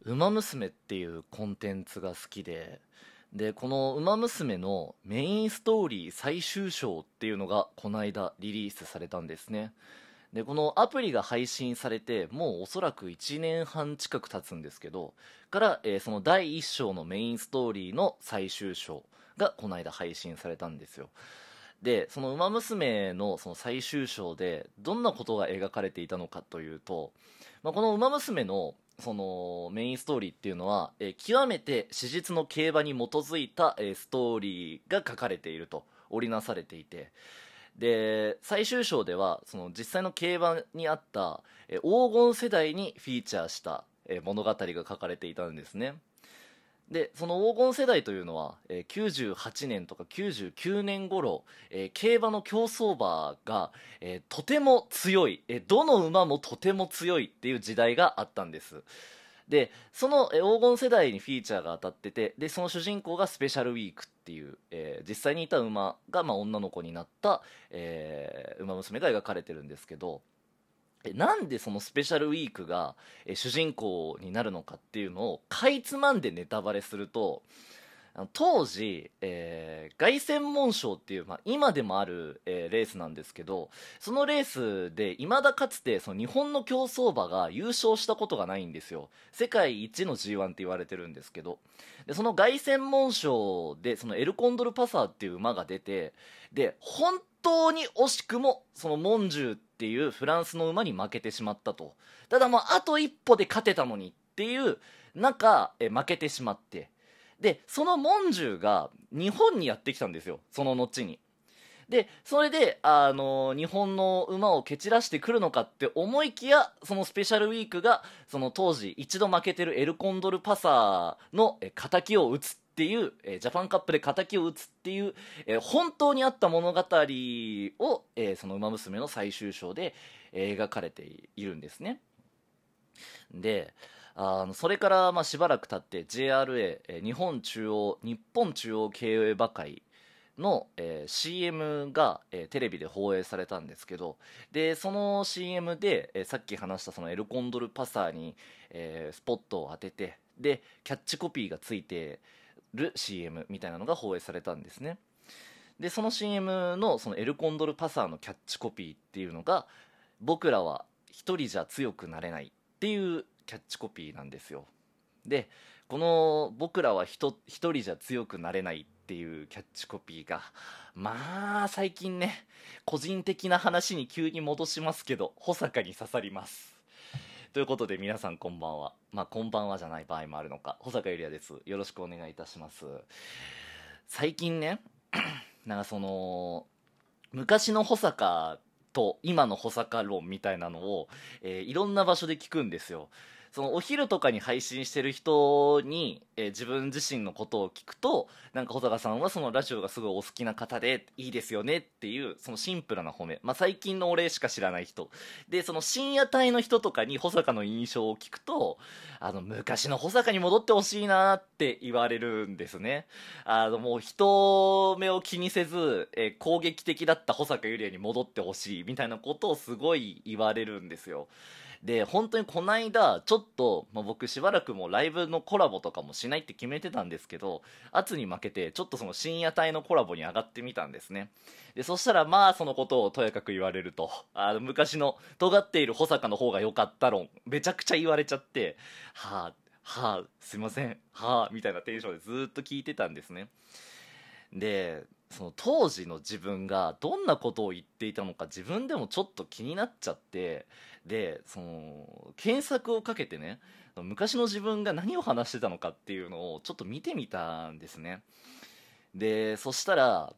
ウマ娘っていうコンテンツが好きで、このウマ娘のメインストーリー最終章っていうのがこの間リリースされたんですね。で、このアプリが配信されてもうおそらく1年半近く経つんですけど、その第1章のメインストーリーの最終章がこの間配信されたんですよ。で、そのウマ娘のその最終章でどんなことが描かれていたのかというと、このウマ娘のそのメインストーリーっていうのは、極めて史実の競馬に基づいた、ストーリーが書かれていると織りなされていて、で最終章ではその実際の競馬にあった、黄金世代にフィーチャーした、物語が書かれていたんですね。でその黄金世代というのは、98年とか99年頃、競馬の競走馬が、とても強い、どの馬もとても強いっていう時代があったんです。でその、黄金世代にフィーチャーが当たってて、でその主人公がスペシャルウィークっていう、実際にいた馬が、女の子になった、馬娘が描かれてるんですけど、なんでそのスペシャルウィークが主人公になるのかっていうのをかいつまんでネタバレすると、当時、凱旋門賞っていう、今でもある、レースなんですけど、そのレースで未だかつてその日本の競走馬が優勝したことがないんですよ。世界一の G1 って言われてるんですけど、でその凱旋門賞でそのエルコンドルパサーっていう馬が出て、で本当に惜しくもそのモンジューっていうフランスの馬に負けてしまったと。ただもうあと一歩で勝てたのにっていう中、負けてしまって、でそのモンジュが日本にやってきたんですよ、その後に。でそれで、日本の馬を蹴散らしてくるのかって思いきや、そのスペシャルウィークがその当時一度負けてるエルコンドルパサーの敵を討つっていう、ジャパンカップで敵を討つっていう、本当にあった物語を、その馬娘の最終章で、描かれているんですね。でそれからしばらく経って JRA、日本中央競馬会の、CM が、テレビで放映されたんですけど、でその CM で、さっき話したそのエルコンドルパサーに、スポットを当てて、でキャッチコピーがついてる CM みたいなのが放映されたんですね。でその CM のそのエルコンドルパサーのキャッチコピーっていうのが、僕らは一人じゃ強くなれないっていうキャッチコピーなんですよ。でこの僕らは一人じゃ強くなれないっていうキャッチコピーが、最近ね、個人的な話に急に戻しますけど保坂に刺さります。ということで皆さんこんばんは。こんばんはじゃない場合もあるのか、保坂ゆりやです。よろしくお願いいたします。最近ね、なんかその昔の保坂と今の保坂論みたいなのを、いろんな場所で聞くんですよ。そのお昼とかに配信してる人に、自分自身のことを聞くと、なんか保坂さんはそのラジオがすごいお好きな方でいいですよねっていうそのシンプルな褒め、最近の俺しか知らない人で、その深夜帯の人とかに保坂の印象を聞くと、昔の保坂に戻ってほしいなって言われるんですね。もう人目を気にせず、攻撃的だった保坂ゆりやに戻ってほしいみたいなことをすごい言われるんですよ。で本当にこの間ちょっと、僕しばらくもうライブのコラボとかもしないって決めてたんですけど、圧に負けてちょっとその深夜帯のコラボに上がってみたんですね。でそしたらそのことをとやかく言われると、昔の尖っている保坂の方が良かった論めちゃくちゃ言われちゃって、すいません、みたいなテンションでずーっと聞いてたんですね。でその当時の自分がどんなことを言っていたのか自分でもちょっと気になっちゃって、でその検索をかけてね、昔の自分が何を話してたのかっていうのをちょっと見てみたんですね。でそしたら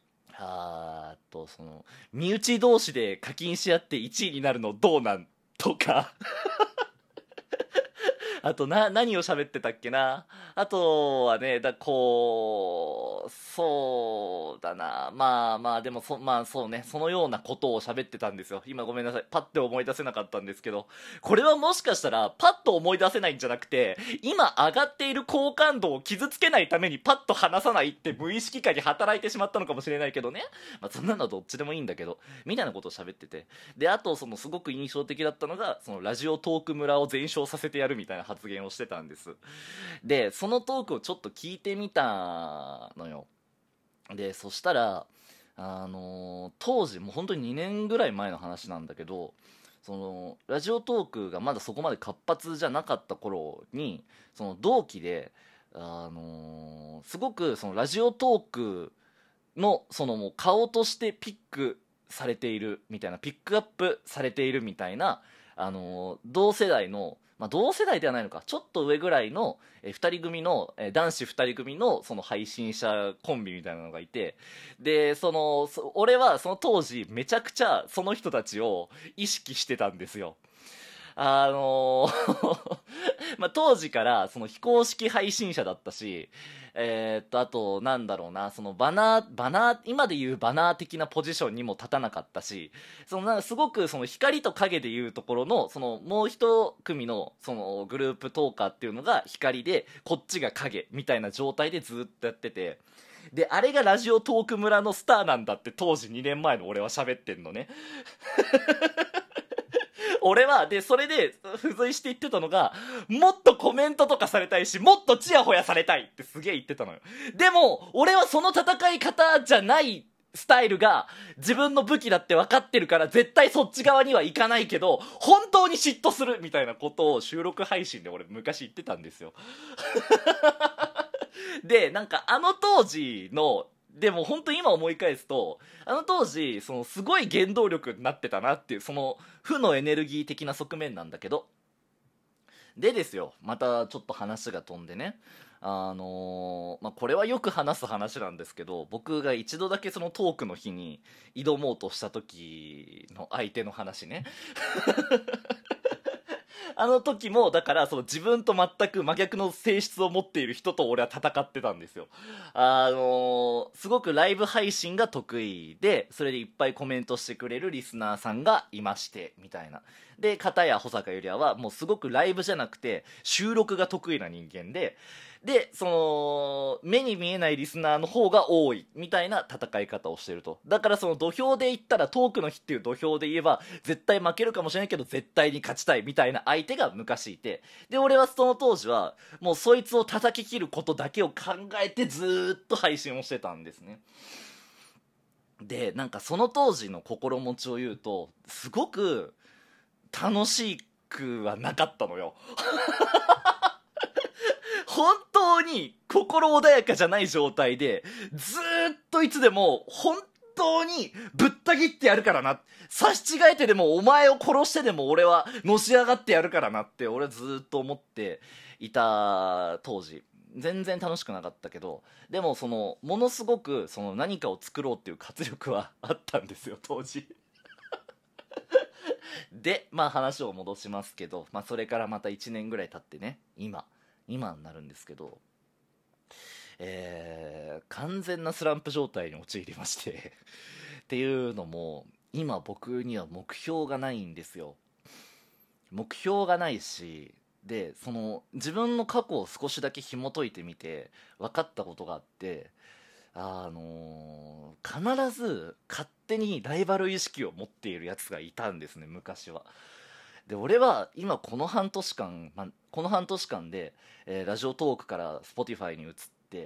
その身内同士で課金し合って1位になるのどうなんとかあと何を喋ってたっけな。 あとはね、こう、そうだな。まあまあ、でもまあそうね、そのようなことを喋ってたんですよ。今ごめんなさい。パッて思い出せなかったんですけど、これはもしかしたら、パッと思い出せないんじゃなくて、今上がっている好感度を傷つけないためにパッと話さないって無意識下に働いてしまったのかもしれないけどね。まあそんなのはどっちでもいいんだけど、みたいなことを喋ってて。で、あと、すごく印象的だったのが、そのラジオトーク村を全焼させてやるみたいな発言をしてたんです。でそのトークをちょっと聞いてみたのよ。でそしたら当時もう本当に2年ぐらい前の話なんだけど、そのラジオトークがまだそこまで活発じゃなかった頃に、その同期で、すごくそのラジオトークのそのもう顔としてピックされているみたいな、ピックアップされているみたいな、同世代の、まあ、同世代ではないのか、ちょっと上ぐらいの2人組の男子2人組のその配信者コンビみたいなのがいて、で俺はその当時めちゃくちゃその人たちを意識してたんですよ。まあ、当時からその非公式配信者だったし、あとなんだろうな、そのバナー今でいうバナー的なポジションにも立たなかったし、そのなんかすごくその光と影でいうところのそのもう一組のそのグループトーカーっていうのが光で、こっちが影みたいな状態でずっとやってて、であれがラジオトーク村のスターなんだって当時2年前の俺は喋ってんのね。俺はでそれで付随して言ってたのが、もっとコメントとかされたいし、もっとチヤホヤされたいってすげえ言ってたのよ。でも俺はその戦い方じゃないスタイルが自分の武器だって分かってるから、絶対そっち側には行かないけど本当に嫉妬するみたいなことを収録配信で俺昔言ってたんですよ。でなんかあの当時の、でも本当に今思い返すと、あの当時そのすごい原動力になってたなっていう、その負のエネルギー的な側面なんだけど、でですよ、またちょっと話が飛んでね、まあ、これはよく話す話なんですけど、僕が一度だけそのトークの日に挑もうとした時の相手の話ね。あの時もだからその自分と全く真逆の性質を持っている人と俺は戦ってたんですよ。すごくライブ配信が得意で、それでいっぱいコメントしてくれるリスナーさんがいましてみたいな。で片や保坂ゆりあはもうすごくライブじゃなくて収録が得意な人間で、その目に見えないリスナーの方が多いみたいな戦い方をしてると。だからその土俵で言ったら、トークの日っていう土俵で言えば絶対負けるかもしれないけど絶対に勝ちたいみたいな相手が昔いて、で俺はその当時はもうそいつを叩き切ることだけを考えてずーっと配信をしてたんですね。でなんかその当時の心持ちを言うと、すごく楽しくはなかったのよ。本当に心穏やかじゃない状態で、ずーっといつでも本当にぶった切ってやるからな、差し違えてでもお前を殺してでも俺はのし上がってやるからなって俺はずーっと思っていた当時、全然楽しくなかったけど、でもそのものすごくその何かを作ろうっていう活力はあったんですよ当時。でまあ話を戻しますけど、まあ、それからまた1年ぐらい経ってね、今になるんですけど、完全なスランプ状態に陥りましてっていうのも、今僕には目標がないんですよ。目標がないし、でその自分の過去を少しだけ紐解いてみて分かったことがあって、必ず勝手にライバル意識を持っているやつがいたんですね昔は。で俺は今この半年間で、ラジオトークから Spotify に移って、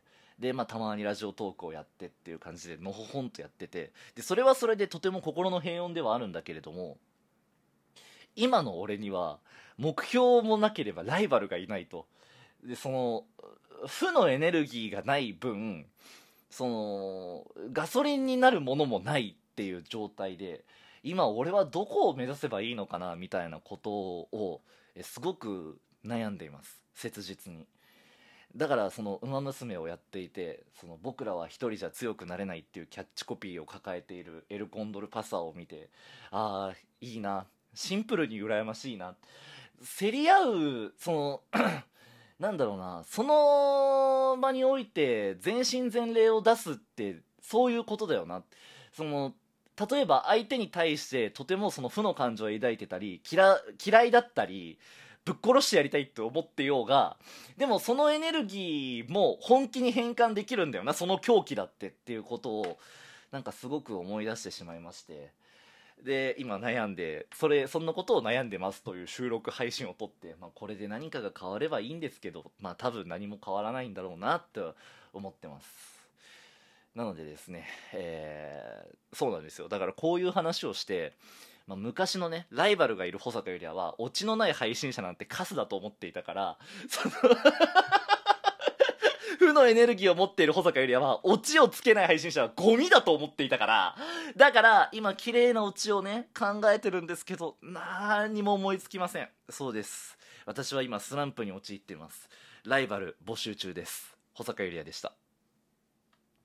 で、まあ、たまにラジオトークをやってっていう感じでのほほんとやってて、でそれはそれでとても心の平穏ではあるんだけれども、今の俺には目標もなければライバルがいないと。でその負のエネルギーがない分、そのガソリンになるものもないっていう状態で、今俺はどこを目指せばいいのかなみたいなことをすごく悩んでいます、切実に。だからその「ウマ娘」をやっていて、その僕らは一人じゃ強くなれないっていうキャッチコピーを抱えているエルコンドルパサーを見て、ああいいな、シンプルに羨ましいな、競り合うそのなんだろうな、その場において全身全霊を出すってそういうことだよな。その例えば相手に対してとてもその負の感情を抱いてたり嫌いだったりぶっ殺してやりたいって思ってようが、でもそのエネルギーも本気に変換できるんだよな、その狂気だっていうことをなんかすごく思い出してしまいまして、で今悩んでそんなことを悩んでますという収録配信を撮って、これで何かが変わればいいんですけど、多分何も変わらないんだろうなって思ってます。なのでですね、そうなんですよ。だからこういう話をして、昔のねライバルがいる保坂よりはオチのない配信者なんてカスだと思っていたから、その負のエネルギーを持っている保坂よりはオチをつけない配信者はゴミだと思っていたから、だから今綺麗なオチをね考えてるんですけど何も思いつきません。そうです、私は今スランプに陥っています。ライバル募集中です。保坂ゆりやでした。